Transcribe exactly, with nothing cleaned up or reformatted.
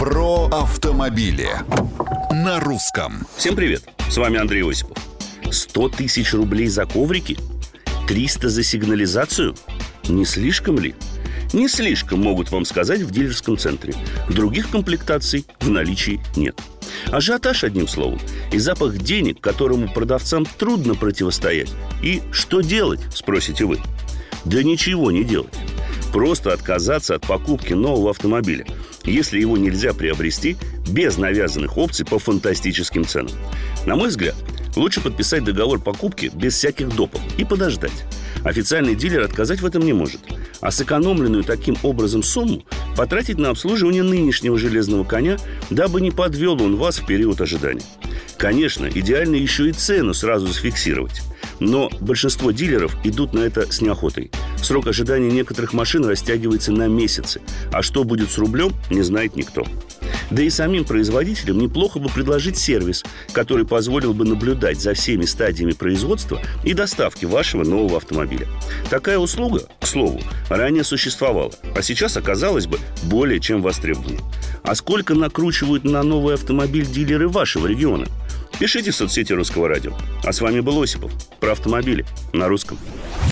Про автомобили на русском. Всем привет, с вами Андрей Осипов. сто тысяч рублей за коврики? триста за сигнализацию? Не слишком ли? Не слишком, могут вам сказать в дилерском центре. Других комплектаций в наличии нет. Ажиотаж, одним словом, и запах денег, которому продавцам трудно противостоять. И что делать, спросите вы? Да ничего не делать. Просто отказаться от покупки нового автомобиля, если его нельзя приобрести без навязанных опций по фантастическим ценам. На мой взгляд, лучше подписать договор покупки без всяких допов и подождать. Официальный дилер отказать в этом не может. А сэкономленную таким образом сумму потратить на обслуживание нынешнего железного коня, дабы не подвел он вас в период ожидания. Конечно, идеально еще и цену сразу зафиксировать. Но большинство дилеров идут на это с неохотой. Срок ожидания некоторых машин растягивается на месяцы. А что будет с рублем, не знает никто. Да и самим производителям неплохо бы предложить сервис, который позволил бы наблюдать за всеми стадиями производства и доставки вашего нового автомобиля. Такая услуга, к слову, ранее существовала, а сейчас оказалась бы более чем востребованной. А сколько накручивают на новый автомобиль дилеры вашего региона? Пишите в соцсети Русского радио. А с вами был Осипов. Про автомобили на русском.